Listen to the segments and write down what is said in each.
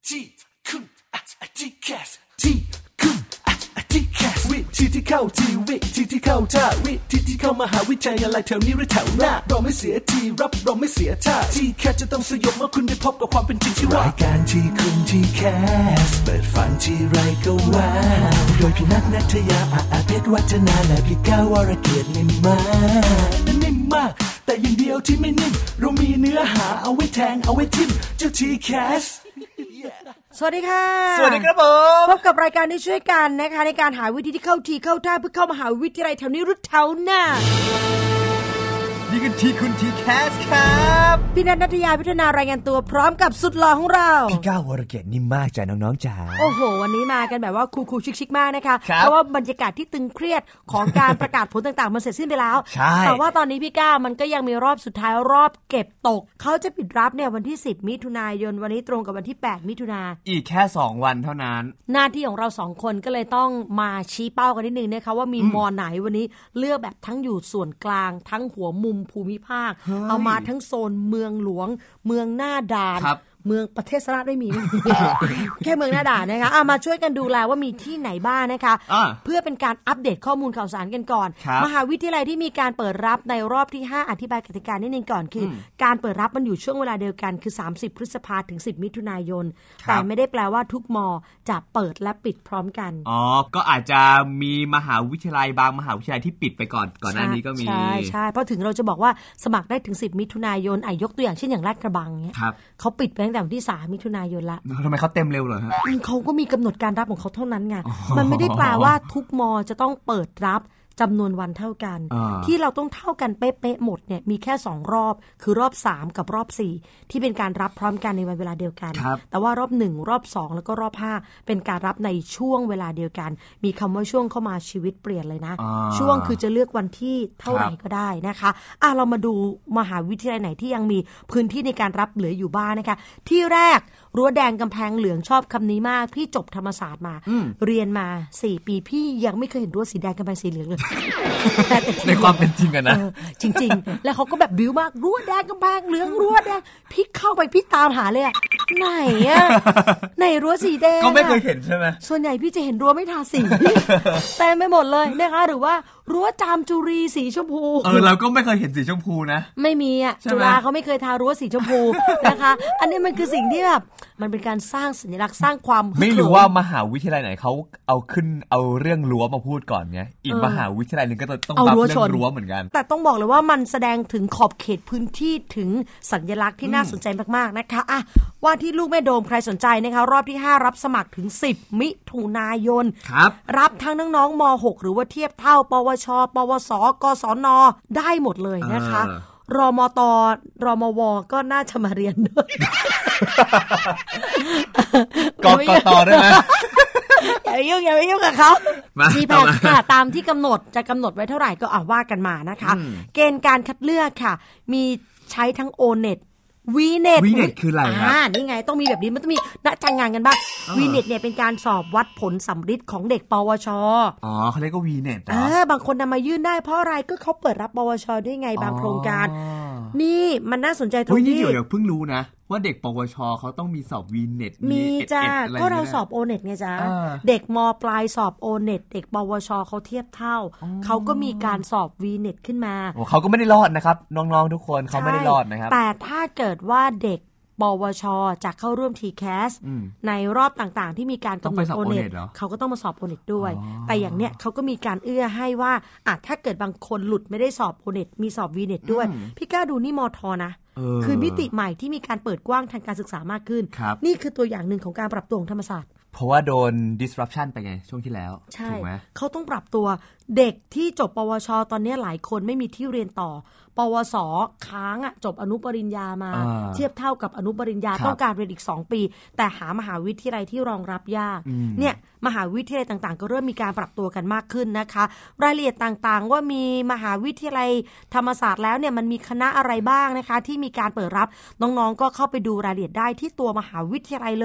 ที่คุณที่แคสที่คุณที่แคสวิธีที่เข้าทีวิธีที่เข้าท่าวิธีที่เข้ามหาวิทยาลัยแถวนี้หรือแถวหน้าเราไม่เสียทีรับเราไม่เสียท่าที่แคสจะต้องสยบเมื่อคุณได้พบกับความเป็นจริงที่ว่ารายการที่คุณที่แคสเปิดฝันที่ไรก็ว้าวโดยพี่นัทณัฐยาเพชรวัฒนาและพี่ก้าววรเกียรตินิ่มมากแต่อย่างเดียวที่ไม่นิ่มเรามีเนื้อหาเอาไว้แทงเอาไว้ทิ่มเจ้าทีแคสสวัสดีค่ะสวัสดีครับผมพบกับรายการที่ช่วยกันนะคะในการหาวิธีที่เข้าทีเข้าท่าเพื่อเข้ามหาวิทยาลัยแถวนี้หรือแถวหน้านี่คือทีคุณทีแคสครับพี่นัทณัฐยาพัฒนารายงานตัวพร้อมกับสุดหล่อของเราพี่ก้าววรเกียรตินิ่มมากจ้ะน้องๆจ๋าโอ้โหวันนี้มากันแบบว่าคูลๆชิคๆมากนะคะเพราะว่าบรรยากาศที่ตึงเครียดของการประกาศผลต่างๆมันเสร็จสิ้นไปแล้วแต่ว่าตอนนี้พี่ก้าวมันก็ยังมีรอบสุดท้ายรอบเก็บตกเขาจะปิดรับเนี่ยวันที่10มิถุนายนวันนี้ตรงกับวันที่8มิถุนายนอีกแค่2วันเท่านั้นหน้าที่ของเรา2คนก็เลยต้องมาชี้เป้ากันนิดนึงนะคะว่ามีมอไหนวันนี้เลือกแบบทั้งอยู่ส่วนกลางทั้งหัวมุมภูมิภาคเอามาทั้งโซนเมืองหลวงเมืองหน้าด่านเมืองประเทศสระไม่มี แค่เมืองหน้าด่านนะคะมาช่วยกันดูแลว่ามีที่ไหนบ้างนะคะเพื่อเป็นการอัปเดตข้อมูลข่าวสารกันก่อนมหาวิทยาลัยที่มีการเปิดรับในรอบที่5อธิบายกติกานิดนึงก่อนคือการเปิดรับมันอยู่ช่วงเวลาเดียวกันคือ30พฤษภาคมถึง10มิถุนายนแต่ไม่ได้แปลว่าทุกม.จะเปิดและปิดพร้อมกันก็อาจจะมีมหาวิทยาลัยบางมหาวิทยาลัยที่ปิดไปก่อนหน้านี้ก็มีใช่เพราะถึงเราจะบอกว่าสมัครได้ถึง10มิถุนายนยกตัวอย่างเช่นอย่างลาดกระบังเนี่ยเขาปิดไปตั้งแต่วันที่3มิถุนายนละทำไมเขาเต็มเร็วเหรอฮะเขาก็มีกำหนดการรับของเขาเท่านั้นไงมันไม่ได้แปลว่าทุกม.จะต้องเปิดรับจำนวนวันเท่ากันที่เราต้องเท่ากันเป๊ะๆหมดเนี่ยมีแค่2รอบคือรอบ3กับรอบ4ที่เป็นการรับพร้อมกันในวันเวลาเดียวกันแต่ว่ารอบ1รอบ2แล้วก็รอบ5เป็นการรับในช่วงเวลาเดียวกันมีคำว่าช่วงเข้ามาชีวิตเปลี่ยนเลยนะช่วงคือจะเลือกวันที่เท่าไหร่ก็ได้นะคะเรามาดูมหาวิทยาลัยไหนที่ยังมีพื้นที่ในการรับเหลืออยู่บ้างนะคะที่แรกรั้วแดงกำแพงเหลืองชอบคำนี้มากพี่จบธรรมศาสตร์มาเรียนมา4ปีพี่ยังไม่เคยเห็นรั้วสีแดงกำแพงสีเหลืองเลยในความเป็นจริงกันนะจริงๆแล้วเขาก็แบบบิ้วมากรั้วแดงกำแพงเหลืองรั้วแดงพี่เข้าไปพี่ตามหาเลยอะไหนอะไหนรั้วสีแดงก็ไม่เคยเห็นใช่ไหมส่วนใหญ่พี่จะเห็นรั้วไม่ทาสีเต็มไปหมดเลยนะคะหรือว่ารั้วจามจุรีสีชมพูเราก็ไม่เคยเห็นสีชมพูนะไม่มีอ่ะจุฬาเขาไม่เคยทารั้วสีชมพูนะคะอันนี้มันคือสิ่งที่แบบมันเป็นการสร้างสัญลักษณ์สร้างความไม่รู้ว่ามหาวิทยาลัยไหนเขาเอาเรื่องรั้วมาพูดก่อนไงอีกมหาวิทยาลัยนึงก็ต้องรับเรื่องรั้วเหมือนกันแต่ต้องบอกเลยว่ามันแสดงถึงขอบเขตพื้นที่ถึงสัญลักษณ์ที่น่าสนใจมากๆนะคะว่าที่ลูกแม่โดมใครสนใจนะคะรอบที่5รับสมัครถึง10มิถุนายนรับทั้งน้องๆม.6 หรือว่าเทียบเท่าปวชปวสกศนได้หมดเลยนะคะรมตรมวก็น่าจะมาเรียนด้วยกกตด้วยนะอย่าไปยุ่งกับเขามีแบบตามที่กำหนดจะกำหนดไว้เท่าไหร่ก็ว่ากันมานะคะเกณฑ์การคัดเลือกค่ะมีใช้ทั้ง O-NET VNET คืออะไรครับนี่ไงต้องมีแบบนี้มันต้องมีนักจ้างงานกันบ้าง VNET เนี่ยเป็นการสอบวัดผลสัมฤทธิ์ของเด็กปวชเขาเรียกว่า VNET บางคนนำมายื่นได้เพราะอะไรก็เขาเปิดรับปวชด้วยไงบางโครงการนี่มันน่าสนใจตรงที่เดี๋ยวเพิ่งรู้นะว่าเด็กปวชเขาต้องมีสอบ VNET มีจ้าก็เราสอบ O-NET ไงจ้าเด็กม.ปลายสอบ O-NET เด็กปวชเขาเทียบเท่าเขาก็มีการสอบ VNET ขึ้นมาเขาก็ไม่ได้รอดนะครับน้องๆทุกคนเขาไม่ได้รอดนะครับแต่ถ้าเกิดว่าเด็กปวชจะเข้าร่วม TCAS ในรอบต่างๆที่มีการกำหนด O-NET เขาก็ต้องมาสอบ O-NET ด้วยแต่อย่างเนี้ยเขาก็มีการเอื้อให้ว่าถ้าเกิดบางคนหลุดไม่ได้สอบ O-NET มีสอบ VNET ด้วยพี่ก้าดูนี่มทนะคือมิติใหม่ที่มีการเปิดกว้างทางการศึกษามากขึ้นนี่คือตัวอย่างหนึ่งของการปรับตัวของธรรมศาสตร์เพราะว่าโดน disruption ไปไงช่วงที่แล้วถูกไหมเขาต้องปรับตัวเด็กที่จบปวชตอนนี้หลายคนไม่มีที่เรียนต่อปวสค้างจบอนุปริญญามาเทียบเท่ากับอนุปริญญาต้องการเรียนอีก2ปีแต่หามหาวิทยาลัยที่รองรับยากเนี่ยมหาวิทยาลัยต่างๆก็เริ่มมีการปรับตัวกันมากขึ้นนะคะรายละเอียดต่างๆว่ามีมหาวิทยาลัยธรรมศาสตร์แล้วเนี่ยมันมีคณะอะไรบ้างนะคะที่มีการเปิดรับน้องๆก็เข้าไปดูรายละเอียดได้ที่ตัวมหาวิทยาลัยเลย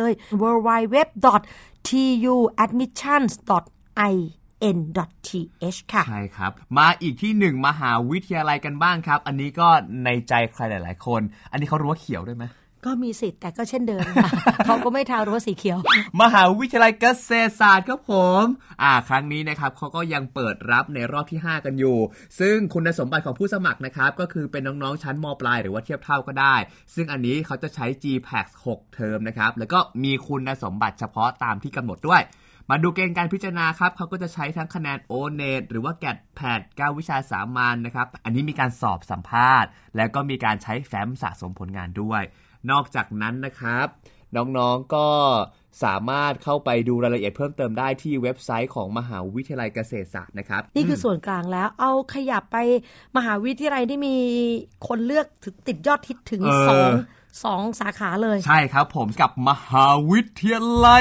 www.tuadmissions.in.th ค่ะใช่ครับมาอีกที่1มหาวิทยาลัยกันบ้างครับอันนี้ก็ในใจใครหลายๆคนอันนี้เขารั้วเขียวด้วยไหมก็มีสิทธิ์แต่ก็เช่นเดิมค่ะ เขาก็ไม่ทารั้วสีเขียวมหาวิทยาลัยเกษตรศาสตร์ครับผมครั้งนี้นะครับเขาก็ยังเปิดรับในรอบที่5กันอยู่ซึ่งคุณสมบัติของผู้สมัครนะครับก็คือเป็นน้องๆชั้นม.ปลายหรือว่าเทียบเท่าก็ได้ซึ่งอันนี้เขาจะใช้ GPAX 6 เทอมนะครับแล้วก็มีคุณสมบัติเฉพาะตามที่กำหนดด้วยมาดูเกณฑ์การพิจารณาครับเขาก็จะใช้ทั้งคะแนน O-NET หรือว่า GAT-PAT 9 วิชาสามัญนะครับอันนี้มีการสอบสัมภาษณ์แล้วก็มีการใช้แฟ้มสะสมผลงานด้วยนอกจากนั้นนะครับน้องๆก็สามารถเข้าไปดูรายละเอียดเพิ่มเติมได้ที่เว็บไซต์ของมหาวิทยาลัยเกษตรศาสตร์นะครับนี่คือส่วนกลางแล้วเอาขยับไปมหาวิทยาลัยที่มีคนเลือกติดยอดฮิตถึงสองสาขาเลยใช่ครับผมกับมหาวิทยาลัย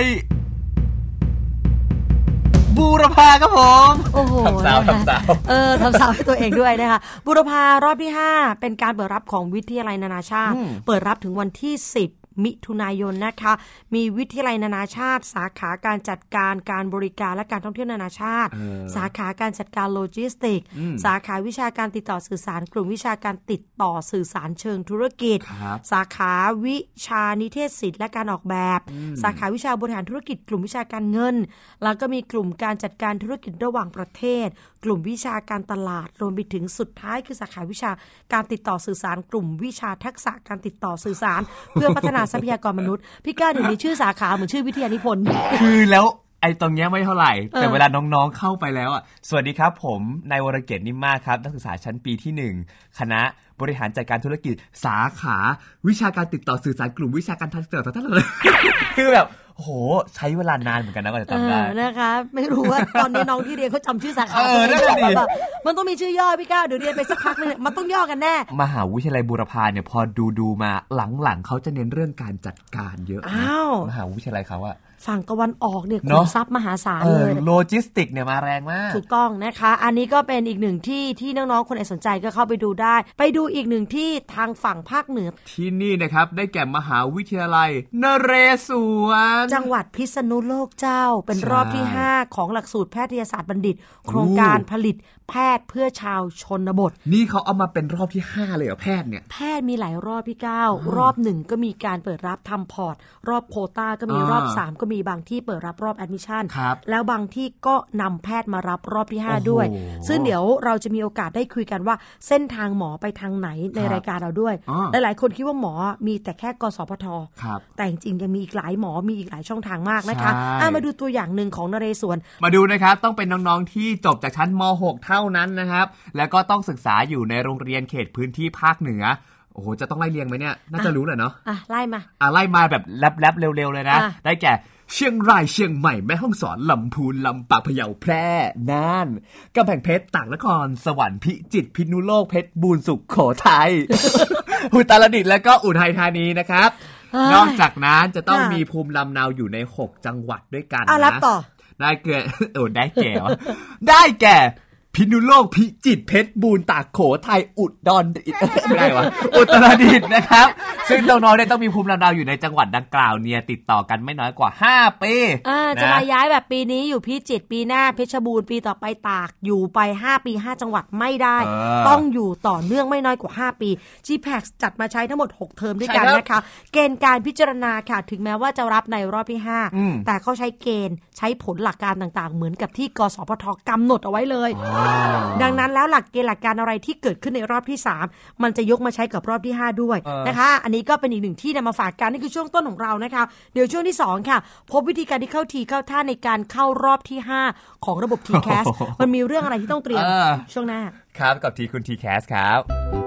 บูรพาครับผมโอ้โหทำสาวทำสาวให้ตัวเองด้วยนะคะบูรพารอบที่5เป็นการเปิดรับของวิทยาลัยนานาชาติเปิดรับถึงวันที่10มิถุนายนนะคะมีวิทยาลัยนานาชาติสาขาการจัดการการบริการและการท่องเที่ยวนานาชาติสาขาการจัดการโลจิสติกสาขาวิชาการติดต่อสื่อสารกลุ่มวิชาการติดต่อสื่อสารเชิงธุรกิจสาขาวิชานิเทศศิลป์และการออกแบบสาขาวิชาบริหารธุรกิจกลุ่มวิชาการเงินแล้วก็มีกลุ่มการจัดการธุรกิจระหว่างประเทศกลุ่มวิชาการตลาดรวมไปถึงสุดท้ายคือสาขาวิชาการติดต่อสื่อสารกลุ่มวิชาทักษะการติดต่อสื่อสารเพื่อพัฒนาทรัพยากรมนุษย์พี่ก้าเดี๋ยวนี้ชื่อสาขาเหมือนชื่อวิทยานิพนธ์คือแล้วไอ้ตรงเนี้ยไม่เท่าไหร่แต่เวลาน้องๆเข้าไปแล้วอ่ะสวัสดีครับผมนายวรเกียรตินิ่มมากครับนักศึกษาชั้นปีที่1คณะบริหารจัดการธุรกิจสาขาวิชาการติดต่อสื่อสารกลุ่มวิชาการทักษะทั้งเลยคือแบบโอ้โหใช้เวลานานเหมือนกันนะกว่าจะจำได้นะคะไม่รู้ว่าตอนนี้น้องที่เรียนเขาจำชื่อสาขาได้ไหมมันต้องมีชื่อย่อพี่ก้าวเดี๋ยวเรียนไปสักพักนึงมันต้องย่อกันแน่มหาวิทยาลัยบูรพาเนี่ยพอดูมาหลังๆเขาจะเน้นเรื่องการจัดการเยอะมหาวิทยาลัยเขาอะฝั่งตะวันออกเนี่ยขุมทรัพย์มหาศาลเลยโลจิสติกเนี่ยมาแรงมากถูกต้องนะคะอันนี้ก็เป็นอีกหนึ่งที่น้องๆคนไหนสนใจก็เข้าไปดูได้ไปดูอีกหนึ่งที่ทางฝั่งภาคเหนือที่นี่นะครับได้แก่มหาวิทยาลัยนเรศวรจังหวัดพิษณุโลกเจ้าเป็นรอบที่5ของหลักสูตรแพทยศาสตร์บัณฑิตโครงการผลิตแพทย์เพื่อชาวชนบทนี่เขาเอามาเป็นรอบที่5เลยเหรอแพทย์เนี่ยแพทย์มีหลายรอบพี่ก้าวรอบ1ก็มีการเปิดรับทำพอร์ตรอบโควต้าก็มีรอบ3ก็มีบางที่เปิดรับรอบแอดมิชชั่นแล้วบางที่ก็นำแพทย์มารับรอบที่5ด้วยซึ่งเดี๋ยวเราจะมีโอกาสได้คุยกันว่าเส้นทางหมอไปทางไหนในรายการเราด้วยหลายๆคนคิดว่าหมอมีแต่แค่กสพทแต่จริงๆยังมีอีกหลายหมอมีอีกหลายช่องทางมากนะคะมาดูตัวอย่างหนึ่งของนเรศวรมาดูนะครับต้องเป็นน้องๆที่จบจากชั้นม.6 เท่านั้นนะครับแล้วก็ต้องศึกษาอยู่ในโรงเรียนเขตพื้นที่ภาคเหนือโอ้โหจะต้องไล่เรียงไหมเนี่ยน่าจะรู้แหละเนาะไล่มาไล่มาแบบแรปๆเร็วๆเลยนะได้แก่เชียงรายเชียงใหม่แม่ฮ่องสอนลำพูนลำปางพะเยาแพร่น่านกำแพงเพชรตากนครสวรรค์พิจิตรพิษณุโลกเพชรบูรณ์สุโขทัยอุตรดิตถ์และก็อุทัยธานีนะครับนอกจากนั้นจะต้องมีภูมิลำเนาอยู่ใน6จังหวัดด้วยกันนะได้แก่ได้แก่พิษณุโลกพิจิตรเพชรบูรณ์ตากโขทัยอุดรไม่ได้วะอุตรดิตถ์นะครับซึ่งน้องๆเนี่ยต้องมีภูมิลำเนาอยู่ในจังหวัดดังกล่าวเนี่ยติดต่อกันไม่น้อยกว่า5ปีจะมาย้ายแบบปีนี้อยู่พิจิตรปีหน้าเพชรบูรณ์ปีต่อไปตากอยู่ไป5ปี5จังหวัดไม่ได้ต้องอยู่ต่อเนื่องไม่น้อยกว่า5ปี GPAX จัดมาใช้ทั้งหมด6เทอมด้วยกันนะคะเกณฑ์การพิจารณาค่ะถึงแม้ว่าจะรับในรอบที่5แต่เขาใช้เกณฑ์ใช้ผลหลักการต่างๆเหมือนกับที่กสพทกำหนดเอาไว้เลยดังนั้นแล้วหลักเกณฑ์หลักการอะไรที่เกิดขึ้นในรอบที่3มันจะยกมาใช้กับรอบที่5ด้วยนะคะอันนี้ก็เป็นอีกหนึ่งที่นำมาฝากกันนี่คือช่วงต้นของเรานะคะเดี๋ยวช่วงที่2ค่ะพบวิธีการที่เข้าทีเข้าท่าในการเข้ารอบที่5ของระบบ TCAS มันมีเรื่องอะไรที่ต้องเตรียมช่วงหน้าครับกับทีคุณ TCAS ครับ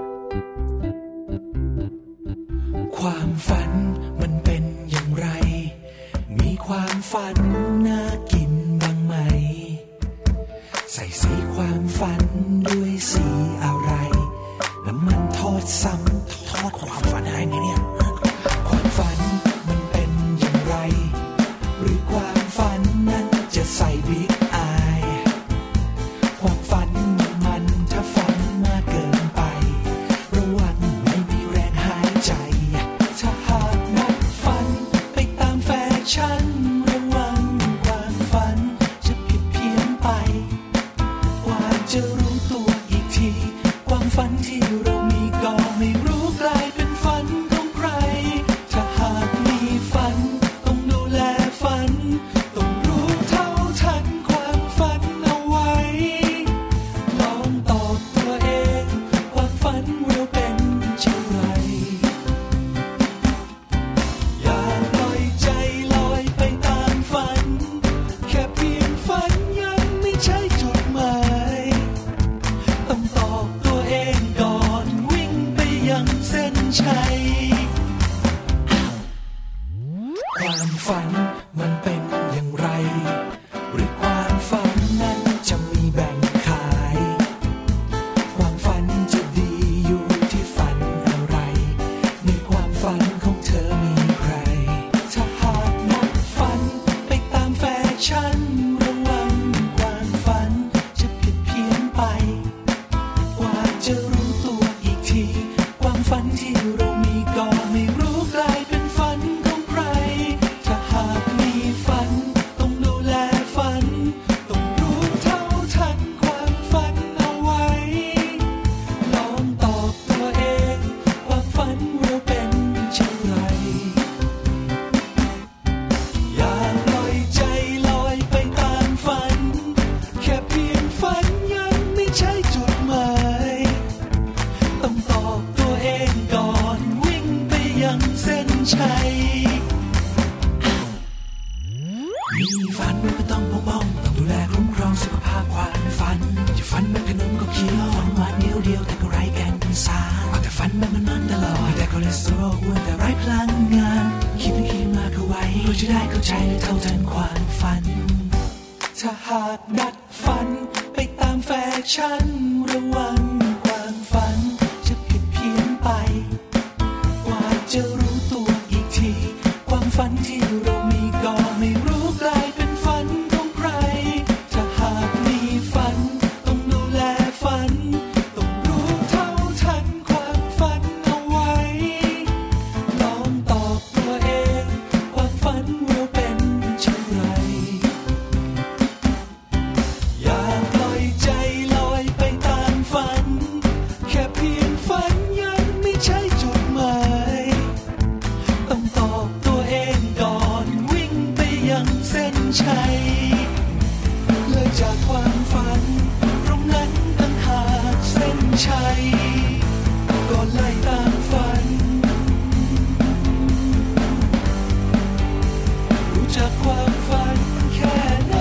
ความฝันมันเป็นอย่างไรมีความฝันน่ากินบ้างไหมใส่สีความฝันด้วยสีอะไรน้ำมันทอดซ้ำทอดความฝันอะไรเนี่ยความฝันมันเป็นอย่างไรหรือความฝันนั้นจะใส่บิ๊กอายความฝันมันถ้าฝันมากเกินไประวังไม่มีแรงหายใจถ้าหากนักฝันไปตามแฟชั่นระวังความฝันจะผิดเพี้ยนไปจะรู้ตัวอีกทีความฝันที่เรามีก็ไม่รู้กลายเป็นฝันของใครความฝันมันเป็นอย่างไรหรือความฝันนั้นจะมีแบ่งขายความฝันจะดีอยู่ที่ฝันอะไรในความฝันของเธอมีใครถ้าหากนักฝันไปตามแฟชั่นระวังความฝันจะผิดเพี้ยนไปกว่าจะรู้ตัวอีกทีความฝันที่เรามีก็ไม่รู้กลายเป็นฝันของใครถ้าหากมีฝันต้องดูแลฝันต้องรู้เท่าทันความฝันเอาไว้ลองตอบตัวเองความฝันเราเป็นเช่นไรอย่าปล่อยใจลอยไปตามฝันแค่เพียงฝันยังไม่ใช่จุดหมายต้องตอบตัวเองก่อนวิ่งไปยังเส้นชัยมีฝันมันก็ต้องปกป้องต้องดูแลคุ้มครองสุขภาพความฝันจะฝันแบบขนมก็เคี้ยวฝันหวานเดียวแต่ก็ไร้แกนสารเอาแต่ฝันแบบมันตลอดแต่คอเลสเตอรอลอ้วนแต่ไร้พลังงานคิดมากเข้าไว้เพื่อจะได้เข้าใจและเท่าทันความฝันถ้าหากนัดฝันไปตามแฟชั่นระวังความฝันจะผิดเพี้ยนไปกว่าจะรู้ตัวอีกทีความฝันที่เรามีก็ไม่รู้กลายเป็นฝันของใครถ้าหากมีฝันต้องดูแลฝันต้องรู้เท่าทันความฝันเอาไว้ลองตอบตัวเองความฝันเราเป็นเช่นไรอย่าปล่อยใจลอยไปตามฝันแค่เพียงฝันยังไม่ใช่จุดหมายต้องตอบตัวเองก่อนวิ่งไปยังเส้นชัยเลยจากความฝันตรงนั้นต่างหากเส้นชัยก็ไล่ตามฝันรู้จักความฝันแค่ไหน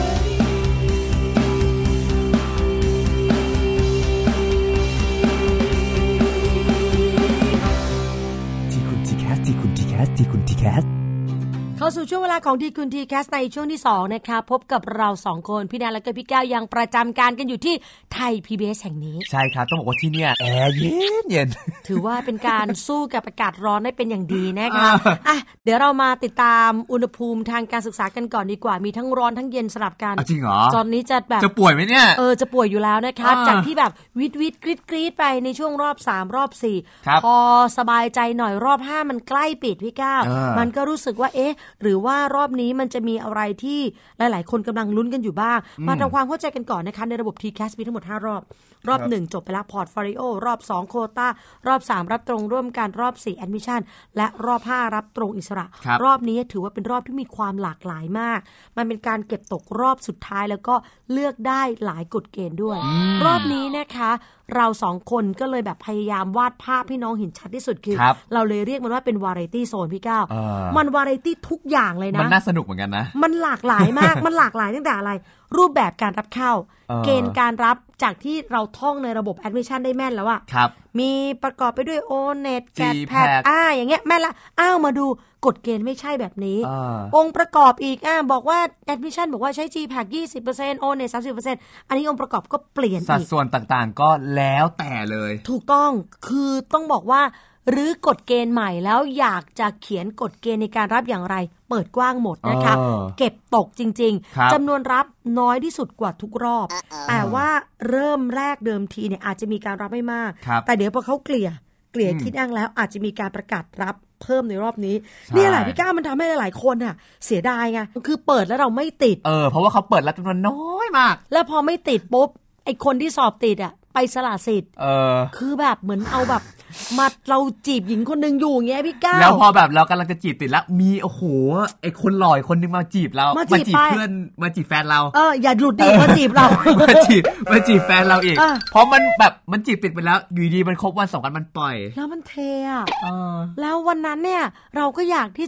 ที่คุณทีแคสที่คุณทีแคสที่คุณทีแคสเข้าสู่ช่วงเวลาของทีคุณทีแคสในช่วงที่2นะคะพบกับเรา2คนพี่แนนและก็พี่แก้วยังประจำการกันอยู่ที่ไทย PBS แห่งนี้ใช่ครับต้องบอกว่าที่เนี่ยแอร์เย็นถือว่าเป็นการสู้กับอากาศร้อนได้เป็นอย่างดีนะคะอ่ะเดี๋ยวเรามาติดตามอุณหภูมิทางการศึกษากันก่อนดีกว่ามีทั้งร้อนทั้งเย็นสลับกันจริงเหรอตอนนี้จะแบบจะป่วยไหมเนี่ยจะป่วยอยู่แล้วนะคะจากที่แบบวิดกรี๊ดไปในช่วงรอบ3รอบ4พอสบายใจหน่อยรอบ5มันใกล้ปิดพี่ก้าวมันก็รู้สึกว่าเอ๊ะหรือว่ารอบนี้มันจะมีอะไรที่หลายๆคนกำลังลุ้นกันอยู่บ้างมาทำความเข้าใจกันก่อนนะคะในระบบ TCAS มีทั้งหมด5รอบ1จบไปแล้วพอร์ตโฟลิโอรอบ2โควต้ารอบ3รับตรงร่วมกันรอบ4แอดมิชชั่นและรอบ5รับตรงอิสระรอบนี้ถือว่าเป็นรอบที่มีความหลากหลายมากมันเป็นการเก็บตกรอบสุดท้ายแล้วก็เลือกได้หลายกฎเกณฑ์ด้วยรอบนี้นะคะเรา2คนก็เลยแบบพยายามวาดภาพให้น้องเห็นชัดที่สุดคือเราเลยเรียกมันว่าเป็นวาไรตี้โซนพี่ก้าวมันวาไรตี้ทุกอย่างเลยนะมันน่าสนุกเหมือนกันนะมันหลากหลายมาก มันหลากหลายตั้งแต่อะไรรูปแบบการรับเข้าเกณฑ์การรับจากที่เราท่องในระบบแอดมิชชั่นได้แม่นแล้วอะมีประกอบไปด้วยโอเน็ตแกดแพดอย่างเงี้ยแม่นละมาดูกฎเกณฑ์ไม่ใช่แบบนี้องค์ประกอบอีกบอกว่าแอดมิชชั่นบอกว่าใช้ GPAC 20% ONET 30% อันนี้องค์ประกอบก็เปลี่ยนอีกสัดส่วนต่างๆก็แล้วแต่เลยถูกต้องคือต้องบอกว่าหรือกฎเกณฑ์ใหม่แล้วอยากจะเขียนกฎเกณฑ์ในการรับอย่างไรเปิดกว้างหมดนะคะเก็บตกจริงๆจำนวนรับน้อยที่สุดกว่าทุกรอบแต่ว่าเริ่มแรกเดิมทีเนี่ยอาจจะมีการรับไม่มากแต่เดี๋ยวพอเขาเกลี่ยคิดอ้างแล้วอาจจะมีการประกาศรับเพิ่มในรอบนี้นี่แหละพี่ก้าวมันทำให้หลายๆคนอ่ะเสียดายไงคือเปิดแล้วเราไม่ติดเพราะว่าเขาเปิดรับจำนวนน้อยมากแล้วพอไม่ติดปุ๊บไอ้คนที่สอบติดอ่ะไปสละสิทธิ์คือแบบเหมือนเอาแบบมาเราจีบหญิงคนนึงอยู่อย่างเงี้ยพี่ก้าวแล้วพอแบบเรากำลังจะจีบติดแล้วมีโอ้โหไอ้คนหล่อคนนึงมาจีบเรามาจีบเพื่อนมาจีบแฟนเราอย่าหลุดดิมาจีบเรามาจีบแฟนเราอีกเพราะมันแบบมันจีบติดไปแล้วอยู่ดีมันครบวัน2วันมันปล่อยแล้วมันเทแล้ววันนั้นเนี่ยเราก็อยากที่จะแบบ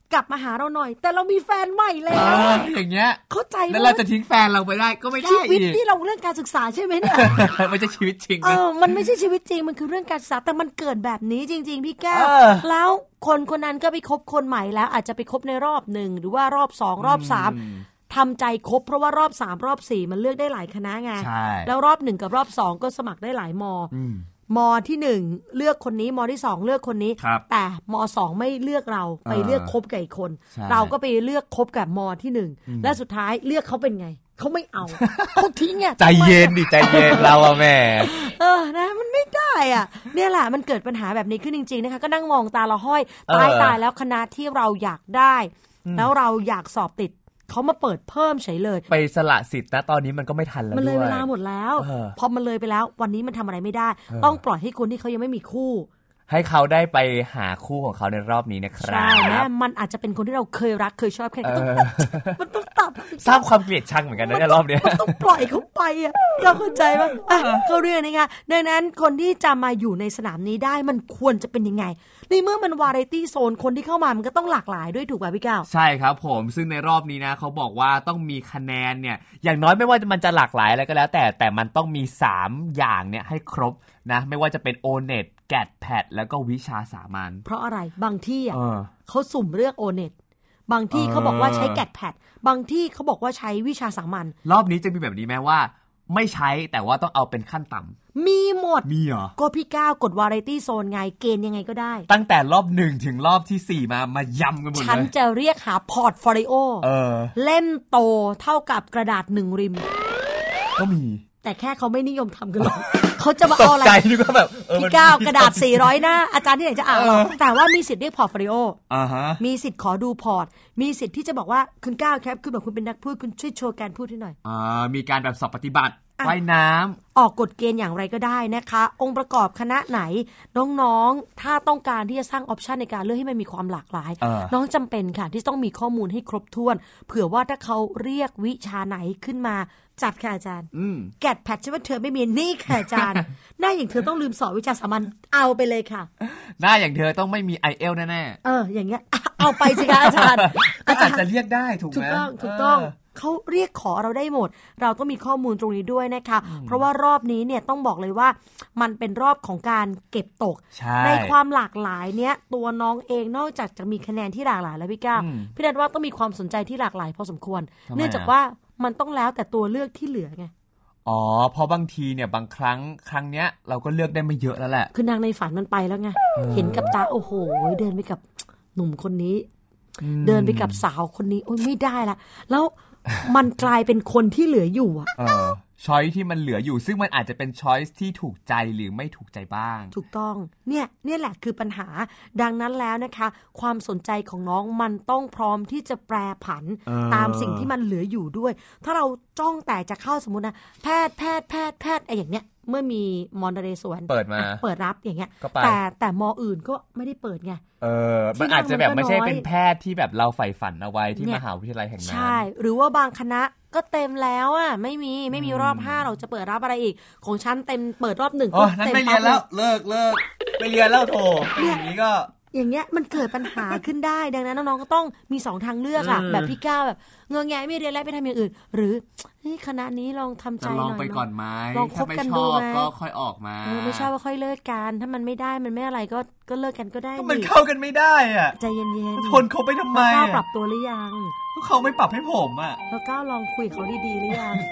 กลับมาหาเราหน่อยแต่เรามีแฟนใหม่แล้วอย่างเงี้ยเข้าใจไหมแล้วเราจะทิ้งแฟนเราไปได้ก็ไม่ได้ชีวิตที่เราเรื่องการศึกษาใช่ไหมเนี่ยไม่ใช่ชีวิตจริงมันไม่ใช่ชีวิตจริงมันคือเรื่องการศึกษาแต่มันเกิดแบบนี้จริงๆพี่แก้วแล้วคนคนนั้นก็ไปคบคนใหม่แล้วอาจจะไปคบในรอบ1หรือว่ารอบ2รอบ3ทำใจคบเพราะว่ารอบ3รอบ4มันเลือกได้หลายคณะไงแล้วรอบ1กับรอบ2ก็สมัครได้หลายมที่1เลือกคนนี้มที่2เลือกคนนี้แต่ม2ไม่เลือกเราไปเลือกคบกับอีกคนเราก็ไปเลือกคบกับมที่1และสุดท้ายเลือกเขาเป็นไงเขาไม่เอาเขาทิ้งไงใจเย็นดิใจเย็นเราอะแม่นะมันไม่ได้อ่ะเนี่ยแหละมันเกิดปัญหาแบบนี้ขึ้นจริงๆนะคะก็นั่งมองตาละห้อยตายแล้วคณะที่เราอยากได้แล้วเราอยากสอบติดเขามาเปิดเพิ่มเฉยเลยไปสละสิทธิ์นะตอนนี้มันก็ไม่ทันแล้วด้วยมันเลยเวลาหมดแล้วพอมันเลยไปแล้ววันนี้มันทำอะไรไม่ได้ต้องปล่อยให้คนที่เขายังไม่มีคู่ให้เขาได้ไปหาคู่ของเขาในรอบนี้นะครับใช่แม้มันอาจจะเป็นคนที่เราเคยรักเคยชอบแค่มันต้องตัดสร้างความเกลียดชังเหมือนกันนะในรอบนี้ต้องปล่อยเขาไปอ่ะเราเข้าใจป่ะเข้าเรื่องนี้ค่ะดังนั้นคนที่จะมาอยู่ในสนามนี้ได้มันควรจะเป็นยังไงในเมื่อมันวาไรตี้โซนคนที่เข้ามามันก็ต้องหลากหลายด้วยถูกป่ะพี่ก้าวใช่ครับผมซึ่งในรอบนี้นะเขาบอกว่าต้องมีคะแนนเนี่ยอย่างน้อยไม่ว่ามันจะหลากหลายอะไรก็แล้วแต่มันต้องมี3อย่างเนี่ยให้ครบนะไม่ว่าจะเป็น O-NET GAT-PAT แล้วก็วิชาสามัญเพราะอะไรบางที่เขาสุ่มเลือก O-NET บางที่เขาบอกว่าใช้ GAT-PAT บางที่เขาบอกว่าใช้วิชาสามัญรอบนี้จะมีแบบนี้ไหมว่าไม่ใช้แต่ว่าต้องเอาเป็นขั้นต่ำมีหมดมีเหรอก็พี่ก้าวกดวาไรตี้โซนไงเกณฑ์ยังไงก็ได้ตั้งแต่รอบ1ถึงรอบที่4มายำกันหมดเลยฉันจะเรียกหาพอร์ตโฟลิโอเล่มโตเท่ากับกระดาษ1ริมก็มีแต่แค่เขาไม่นิยมทำกันหรอกเขาจะมาเอาอะไรพี่ก้าวกระดาษ400หน้าอาจารย์ที่ไหนจะอ่านแต่ว่ามีสิทธิ์เรียกพอร์ตโฟลิโอมีสิทธิ์ขอดูพอร์ตมีสิทธิ์ที่จะบอกว่าคุณก้าวครับคุณบอกคุณเป็นนักพูดคุณช่วยโชว์การพูดให้หน่อยมีการแบบสอบปฏิบัติว่ายน้ำออกกฎเกณฑ์อย่างไรก็ได้นะคะองค์ประกอบคณะไหนน้องๆถ้าต้องการที่จะสร้างออปชันในการเลือกให้มันมีความหลากหลายน้องจำเป็นค่ะที่ต้องมีข้อมูลให้ครบถ้วนเผื่อว่าถ้าเขาเรียกวิชาไหนขึ้นมาจัดค่ะอาจารย์แกดแพทใช่ไหมเธอไม่มีนี่ค่ะอาจารย์หน้าอย่างเธอต้องลืมสอบวิชาสามัญเอาไปเลยค่ะหน้าอย่างเธอต้องไม่มี IELTS แน่ๆอย่างเงี้ยเอาไปสิคะอาจารย์อาจารย์จะเรียกได้ถูกไหมถูกต้องเขาเรียกขอเราได้หมดเราต้องมีข้อมูลตรงนี้ด้วยนะคะเพราะว่ารอบนี้เนี่ยต้องบอกเลยว่ามันเป็นรอบของการเก็บตก ในความหลากหลายเนี้ยตัวน้องเองนอกจากจะมีคะแนนที่หลากหลายแล้วพี่ก้าวพี่นัทว่าต้องมีความสนใจที่หลากหลายพอสมควรเนื่องจากว่ามันต้องแล้วแต่ตัวเลือกที่เหลือไงเพราะบางทีเนี่ยบางครั้งเนี้ยเราก็เลือกได้ไม่เยอะแล้วแหละคือนางในฝันมันไปแล้วไงเห็นกับตาโอ้โหเดินไปกับหนุ่มคนนี้เดินไปกับสาวคนนี้โอ้ยไม่ได้ละแล้วมันกลายเป็นคนที่เหลืออยู่ช้อยที่มันเหลืออยู่ซึ่งมันอาจจะเป็นช้อยที่ถูกใจหรือไม่ถูกใจบ้างถูกต้องเนี่ยแหละคือปัญหาดังนั้นแล้วนะคะความสนใจของน้องมันต้องพร้อมที่จะแปรผันตามสิ่งที่มันเหลืออยู่ด้วยถ้าเราจ้องแต่จะเข้าสมมุตินะแพทย์ไอ้อย่างเนี้ยเมื่อมีมอญนเรศวรเปิดมาเปิดรับอย่างเงี้ยแต่มออื่นก็ไม่ได้เปิดไงมันอาจจะแบบไม่ใช่เป็นแพทย์ที่แบบเราใฝ่ฝันเอาไว้ที่มหาวิทยาลัยแห่งนั้นใช่หรือว่าบางคณะก็เต็มแล้วอ่ะไม่มีรอบ5เราจะเปิดรับอะไรอีกของฉันเต็มเปิดรอบ1 ก็เต็มไม่เรียนแล้วเลิกไม่เรียนแล้วโธ่เป็นอย่างนี้ก็อย่างเงี้ยมันเกิดปัญหาขึ้นได้ดังนั้นน้องๆก็ต้องมี2ทางเลือกอ่ะแบบพี่ก้าวแบบเงยแงไม่เรียนแล้วไปทำอย่างอื่นหรือคณะนี้ลองทำใจหน่อยลองไปก่อนไหมลองคบกันดูไหมก็ค่อยออกมาไม่ชอบก็ค่อยเลิกกันถ้ามันไม่ได้มันไม่อะไรก็เลิกกันก็ได้มันเข้ากันไม่ได้อ่ะใจเย็นๆทนเขาไปทำไมก้าวปรับตัวหรือยังเขาไม่ปรับให้ผมอ่ะแล้วก้าวลองคุยเขาดีๆหรือยัง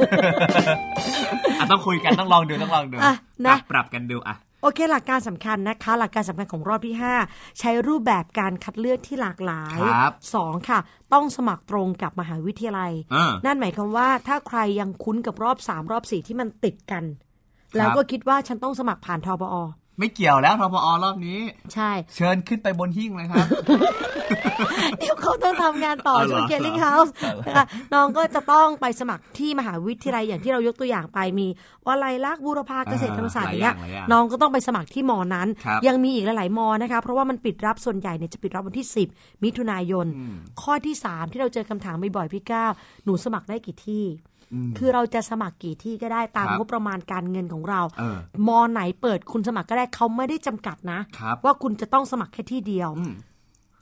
ต้องคุยกันต้องลองดูนะปรับกันดูโอเคหลักการสำคัญนะคะหลักการสำคัญของรอบที่5ใช้รูปแบบการคัดเลือกที่หลากหลาย2ค่ะต้องสมัครตรงกับมหาวิทยาลัยนั่นหมายความว่าถ้าใครยังคุ้นกับรอบ3รอบ4ที่มันติดกันแล้วก็คิดว่าฉันต้องสมัครผ่านทปอ. ไม่เกี่ยวแล้วทปอ.รอบนี้ใช่เชิญขึ้นไปบนหิ้งเลยครับเดี๋ยวเขาต้องทำงานต่อช่วยเกลลิ่งเฮาส์นะคะน้องก็จะต้องไปสมัครที่มหาวิทยาลัยอย่างที่เรายกตัวอย่างไปมีวลัยลักษณ์บูรพาเกษตรธรรมศาสตร์อย่างเงี้ยน้องก็ต้องไปสมัครที่มอนั้นยังมีอีกหลายๆมอนะคะเพราะว่ามันปิดรับส่วนใหญ่เนี่ยจะปิดรับวันที่10มิถุนายนข้อที่3ที่เราเจอคำถามบ่อยๆพี่ก้าวหนูสมัครได้กี่ที่คือเราจะสมัครกี่ที่ก็ได้ตามงบประมาณการเงินของเรามอไหนเปิดคุณสมัครก็ได้เขาไม่ได้จำกัดนะว่าคุณจะต้องสมัครแค่ที่เดียว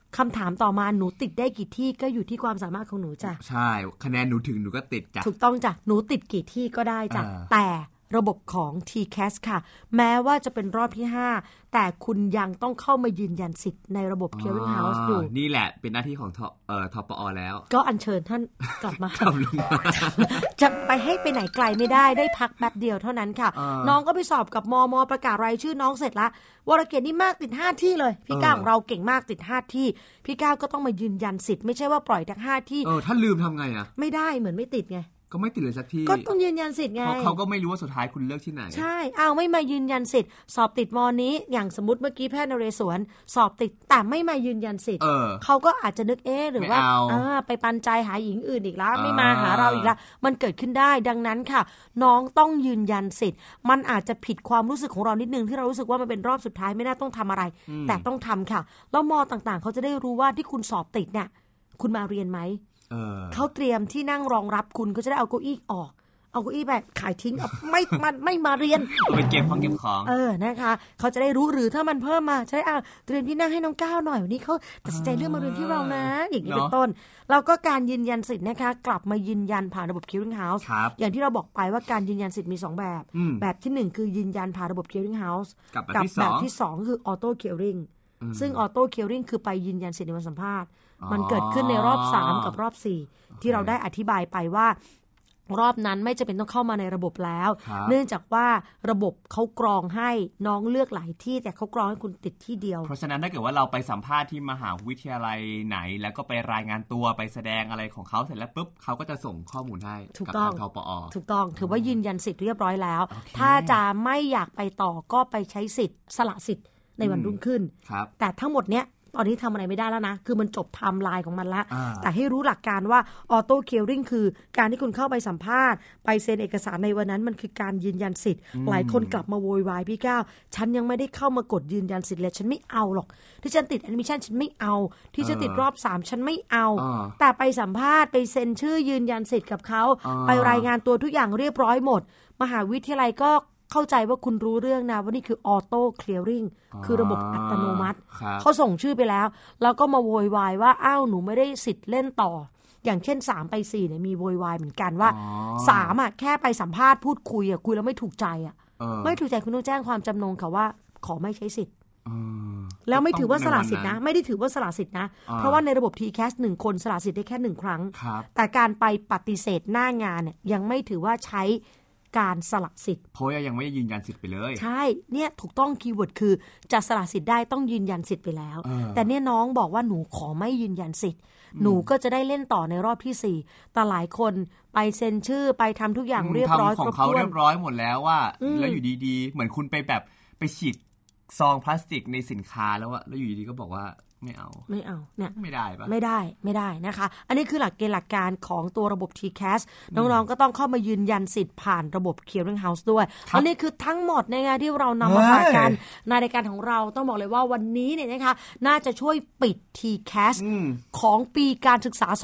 คำถามต่อมาหนูติดได้กี่ที่ก็อยู่ที่ความสามารถของหนูจ้ะใช่คะแนนหนูถึงหนูก็ติดจ้ะถูกต้องจ้ะหนูติดกี่ที่ก็ได้จ้ะแต่ระบบของ TCAS ค่ะแม้ว่าจะเป็นรอบที่5แต่คุณยังต้องเข้ามายืนยันสิทธิ์ในระบบ Clearing House อยู่นี่แหละเป็นหน้าที่ของทปอแล้วก็อัญเชิญท่านกลับมาจะไปให้ไปไหนไกลไม่ได้พักแป๊บเดียวเท่านั้นค่ะน้องก็ไปสอบกับมประกาศรายชื่อน้องเสร็จละวรเกียรตินี่มากติด5ที่เลยพี่ก้าวของเราเก่งมากติด5ที่พี่ก้าวก็ต้องมายืนยันสิทธิ์ไม่ใช่ว่าปล่อยทั้ง5ที่ถ้าลืมทำไงอ่ะไม่ได้เหมือนไม่ติดไงก็ไม่ติดเลยสักทีก็ต้องยืนยันสิทธิ์ไงเพราะเขาก็ไม่รู้ว่าสุดท้ายคุณเลือกที่ไหนใช่ไม่มายืนยันสิทธิ์สอบติดม.นี้อย่างสมมติเมื่อกี้แพทย์นเรศวรสอบติดแต่ไม่มายืนยันสิทธิ์เขาก็อาจจะนึกหรือว่าไปปันใจหาหญิงอื่นอีกแล้วไม่มาหาเราอีกแล้วมันเกิดขึ้นได้ดังนั้นค่ะน้องต้องยืนยันสิทธิ์มันอาจจะผิดความรู้สึกของเรานิดนึงที่เรารู้สึกว่ามันเป็นรอบสุดท้ายไม่น่าต้องทำอะไรแต่ต้องทำค่ะแล้วม.ต่างๆเขาจะได้รู้ว่าที่คุณสอบติดเนี่ยคุณมาเรียนไหมเขาเตรียมที่นั่งรองรับคุณก็จะได้เอาเก้าอี้ออกเอาเก้าอี้แบบขายทิ้งไม่มาเรียนเป็นเก็บของเก็บของนะคะเขาจะได้รู้หรือถ้ามันเพิ่มมาจะได้เตรียมที่นั่งให้น้องก้าวหน่อยวันนี้เขาตัดสินใจเลือกมาเรียนที่เรานะอย่างนี้เป็นต้นแล้วก็การยืนยันสิทธิ์นะคะกลับมายืนยันผ่านระบบ Clearing House อย่างที่เราบอกไปว่าการยืนยันสิทธิ์มี2แบบแบบที่1คือยืนยันผ่านระบบ Clearing House กับแบบที่2คือ Auto Clearing ซึ่ง Auto Clearing คือไปยืนยันสิทธิ์ในวันสัมภาษณ์มันเกิดขึ้นในรอบ3กับรอบ4ที่เราได้อธิบายไปว่ารอบนั้นไม่จำเป็นต้องเข้ามาในระบบแล้วเนื่องจากว่าระบบเขากรองให้น้องเลือกหลายที่แต่เขากรองให้คุณติดที่เดียวเพราะฉะนั้นถ้าเกิดว่าเราไปสัมภาษณ์ที่มหาวิทยาลัยไหนแล้วก็ไปรายงานตัวไปแสดงอะไรของเขาเสร็จแล้วปุ๊บเขาก็จะส่งข้อมูลให้กับทางทปอ. ถูกต้องถือว่ายืนยันสิทธิ์เรียบร้อยแล้วถ้าจะไม่อยากไปต่อก็ไปใช้สิทธิ์สละสิทธิ์ในวันรุ่งขึ้นแต่ทั้งหมดเนี้ยตอนนี้ทำอะไรไม่ได้แล้วนะคือมันจบไทม์ไลน์ของมันละแต่ให้รู้หลักการว่าออโต้เคลียริ่งคือการที่คุณเข้าไปสัมภาษณ์ไปเซ็นเอกสารในวันนั้นมันคือการยืนยันสิทธิ์หลายคนกลับมาโวยวายพี่ก้าวฉันยังไม่ได้เข้ามากดยืนยันสิทธิ์เลยฉันไม่เอาหรอกที่ฉันติดแอดมิชชั่นฉันไม่เอาที่ฉันติดรอบ3ฉันไม่เอาแต่ไปสัมภาษณ์ไปเซ็นชื่อยืนยันสิทธิ์กับเขาไปรายงานตัวทุกอย่างเรียบร้อยหมดมหาวิทยาลัยก็เข้าใจว่าคุณรู้เรื่องนะว่านี่คือออโต้เคลียริ่งคือระบบอัตโนมัติเขาส่งชื่อไปแล้วแล้วก็มาโวยวายว่าอ้าวหนูไม่ได้สิทธิ์เล่นต่ออย่างเช่น3ไป4เนี่ยมีโวยวายเหมือนกันว่า3แค่ไปสัมภาษณ์พูดคุยคุยแล้วไม่ถูกใจไม่ถูกใจคุณต้องแจ้งความจำนงค่ะว่าขอไม่ใช้สิทธิ์แล้วไม่ถือว่าสละสิทธินะไม่ได้ถือว่าสละสิทธินะเพราะว่าในระบบ TCAS 1คนสละสิทธิ์ได้แค่1ครั้งแต่การไปปฏิเสธหน้างานเนี่ยยังไม่ถือว่าใช้การสละสิทธิ์เพราะยังไม่ได้ยืนยันสิทธิ์ไปเลยใช่เนี่ยถูกต้องคีย์เวิร์ดคือจะสละสิทธิ์ได้ต้องยืนยันสิทธิ์ไปแล้วแต่เนี่ยน้องบอกว่าหนูขอไม่ยืนยันสิทธิ์หนูก็จะได้เล่นต่อในรอบที่4แต่หลายคนไปเซ็นชื่อไปทำทุกอย่างเรียบร้อยของเขาเรียบร้อยหมดแล้วว่าแล้วอยู่ดีๆเหมือนคุณไปแบบไปฉีดซองพลาสติกในสินค้าแล้วแล้วอยู่ดีๆก็บอกว่าไม่เอาเนี่ยไม่ได้ปะไม่ได้นะคะอันนี้คือหลักเกณฑ์หลักการของตัวระบบ TCAS น้องๆก็ต้องเข้ามายืนยันสิทธิ์ผ่านระบบ Clearing House ด้วยอันนี้คือทั้งหมดในงานที่เรานำมาฝากกันในรายการของเราต้องบอกเลยว่าวันนี้เนี่ยนะคะน่าจะช่วยปิด TCAS ของปีการศึกษา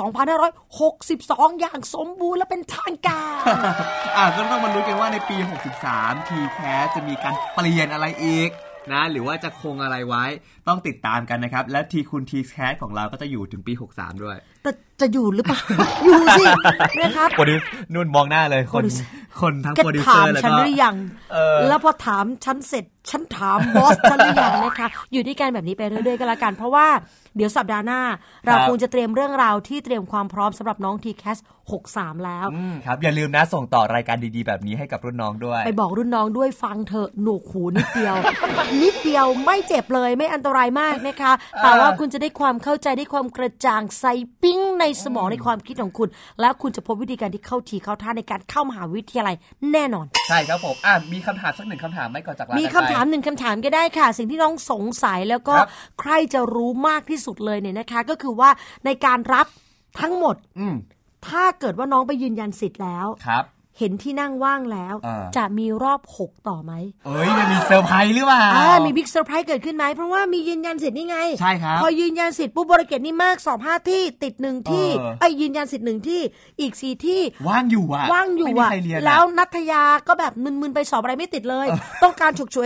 2562 อย่างสมบูรณ์และเป็นทางการก็ต้องมาลุ้นกันว่าในปี 63 TCAS จะมีการเปลี่ยนอะไรอีกนะหรือว่าจะคงอะไรไว้ต้องติดตามกันนะครับและทีคุณ TCAS ของเราก็จะอยู่ถึงปี63ด้วยแต่จะอยู่หรือเปล่า อยู่สินะครับโปรดิวนุ่นมองหน้าเลยคนทั้งโปรดิวเซอร์แล้วก็ฉันหรือยังแล้วพอถามฉันเสร็จฉันถามบอสฉันหรือยังนะคะอยู่ด้วยกันแบบนี้ไปเรื่อยๆก็แล้วกันเพราะว่าเดี๋ยวสัปดาห์หน้าเราคงจะเตรียมเรื่องราวที่เตรียมความพร้อมสำหรับน้อง TCAS 63แล้วครับอย่าลืมนะส่งต่อรายการดีๆแบบนี้ให้กับรุ่นน้องด้วยไปบอกรุ่นน้องด้วยฟังเถอะหนวกหูนิดเดียว นิดเดียวไม่เจ็บเลยไม่อันตรายมากนะคะแต่ว่าคุณจะได้ความเข้าใจได้ความกระจ่างใสปิ้งในสมองในความคิดของคุณแล้วคุณจะพบวิธีการที่เข้าทีเข้าท่าในการเข้ามหาวิทยาลัยแน่นอนใช่ครับผมมีคำถามสัก1คำถามไหมก่อนจากลามีคำถาม1คำถามก็ได้ค่ะสิ่งที่น้องสงสัยแล้วก็ใครจะรู้มากที่สุดเลยเนี่ยนะคะก็คือว่าในการรับทั้งหมดถ้าเกิดว่าน้องไปยืนยันสิทธิ์แล้วเห็นที่นั่งว่างแล้วจะมีรอบ6ต่อไหมมันมีเซอร์ไพรส์หรือเปล่ามีบิ๊กเซอร์ไพรส์เกิดขึ้นไหมเพราะว่ามียืนยันสิทธิ์นี่ไงใช่ครับพอยืนยันสิทธิ์ปุ๊บบริเกตนี่มากสอบ5ที่ติด1ที่ยืนยันสิทธิ์1ที่อีก4ที่ว่างอยู่แล้วนัทยาก็แบบมึนๆไปสอบอะไรไม่ติดเลย ต้องการฉุกฉวย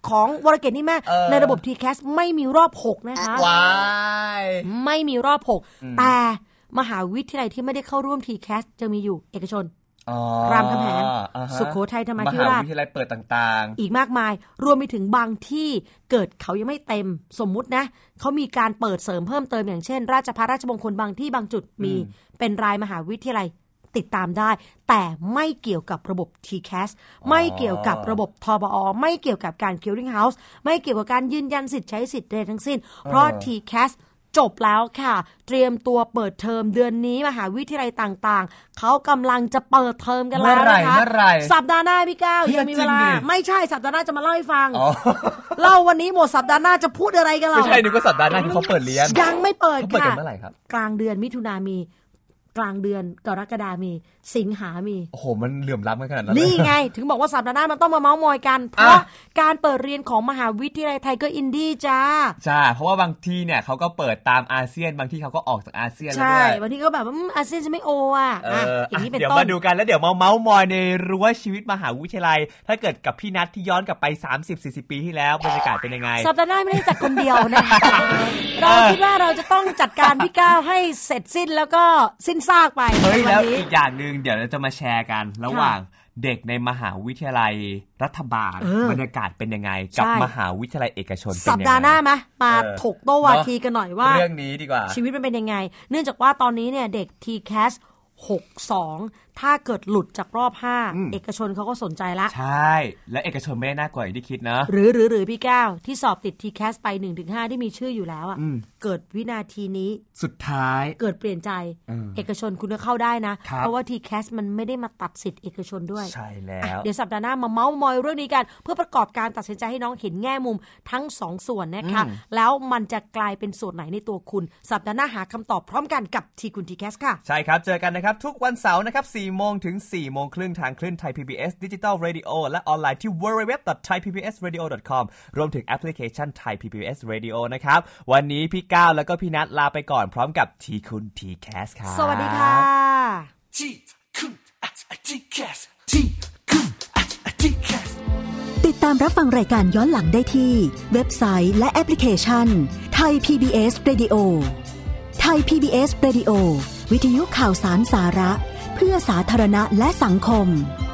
ของวรเกตนี่แม่ในระบบ TCAS ไม่มีรอบ6นะคะว้ายไม่มีรอบ6แต่มหาวิทยาลัยที่ไม่ได้เข้าร่วม TCAS จะมีอยู่เอกชนรามคำแหงสุโขทัยธรรมาธิราชมหาวิทยาลัยเปิดต่างๆอีกมากมายรวมไปถึงบางที่เกิดเขายังไม่เต็มสมมุตินะเขามีการเปิดเสริมเพิ่มเติมอย่างเช่นราชภัฏราชมงคลบางที่บางจุดมีเป็นรายมหาวิทยาลัยติดตามได้แต่ไม่เกี่ยวกับระบบ TCAS ไม่เกี่ยวกับระบบทบอไม่เกี่ยวกับการ Clearing House ไม่เกี่ยวกับการยืนยันสิทธิ์ใช้สิทธิ์ใดทั้งสิ้นเพราะ TCASจบแล้วค่ะเตรียมตัวเปิดเทอมเดือนนี้มหาวิทยาลัยต่างๆเขากำลังจะเปิดเทอมกันแล้วนะคะสัปดาห์หน้าพี่ก้าวยังมีเวลาไม่ใช่สัปดาห์หน้าจะมาเล่าให้ฟังเล่าวันนี้หมดสัปดาห์หน้าจะพูดอะไรกันเราไม่ใช่นึกว่าสัปดาห์หน้าที่เขาเปิดเรียนยังไม่เปิดค่ะเขาเปิดกันเมื่อไหร่ครับกลางเดือนมิถุนายนมีกลางเดือนกรกฎาคมมีสิงหามีโอ้โหมันเหลื่อมล้ำกันขนาดนั้นนี่ไงถึงบอกว่าสัปดาห์หน้ามันต้องมาเม้ามอยกันเพราะการเปิดเรียนของมหาวิทยาลัยไทเกอร์อินดี้จ้าใช่เพราะว่าบางที่เนี่ยเขาก็เปิดตามอาเซียนบางที่เขาก็ออกจากอาเซียนแล้วด้วยใช่บางที่ก็แบบว่าอาเซียนจะไม่โออ่ะอย่างนี้เป็นต้นเดี๋ยวมาดูกันแล้วเดี๋ยวเม้ามอยในรั้วชีวิตมหาวิทยาลัยถ้าเกิดกับพี่นัทที่ย้อนกลับไป 30-40 ปีที่แล้วบรรยากาศเป็นยังไงสัปดาห์หน้าไม่ได้จัดคนเดียวนะเราคิดว่าเราจะต้องจัดการพี่ก้าวให้เสร็จสิ้นแล้วก็สิ้นซากไปแล้วอีกอย่างนึงเดี๋ยวเราจะมาแชร์กันระหว่างเด็กในมหาวิทยาลัยรัฐบาลบรรยากาศเป็นยังไงกับมหาวิทยาลัยเอกชนเป็นยังไงสัปดาห์หน้ามาถกโต้วาทีกันหน่อยว่าเรื่องนี้ดีกว่าชีวิตมันเป็นยังไงเนื่องจากว่าตอนนี้เนี่ยเด็ก TCAS 62ถ้าเกิดหลุดจากรอบ5เอกชนเขาก็สนใจละใช่และเอกชนไม่ได้น่ากลัวอย่างที่คิดนะหรือพี่แก้วที่สอบติด TCAS ไป 1-5 ที่มีชื่ออยู่แล้วอ่ะเกิดวินาทีนี้สุดท้ายเกิดเปลี่ยนใจเอกชนคุณก็เข้าได้นะเพราะว่า TCAS มันไม่ได้มาตัดสิทธิ์เอกชนด้วยใช่แล้วเดี๋ยวสัปดาห์หน้ามาเม้ามอยเรื่องนี้กันเพื่อประกอบการตัดสินใจให้น้องเห็นแง่มุมทั้ง2ส่วนนะคะแล้วมันจะกลายเป็นส่วนไหนในตัวคุณสัปดาห์หน้าหาคำตอบพร้อมกันกับทีคุณ TCAS ค่ะใช่ครับเจอกันนะครับทุกวันเสาร์นะครับ 4 โมงถึง 4 โมงครึ่งทางคลื่นไทย PBS Digital Radio และออนไลน์ที่ www.thaipbsradio.com รวมถึงแอปพลิเคชัน Thai PBS Radio นะครับวันนี้พี่ก้าวแล้วก็พี่นัทลาไปก่อนพร้อมกับทีคุณ TCAS ครับสวัสดีค่ะทีคุณ TCAS ทีคุณ TCAS ติดตามรับฟังรายการย้อนหลังได้ที่เว็บไซต์และแอปพลิเคชัน Thai PBS Radio Thai PBS Radio วิทยุข่าวสารสาระเพื่อสาธารณะและสังคม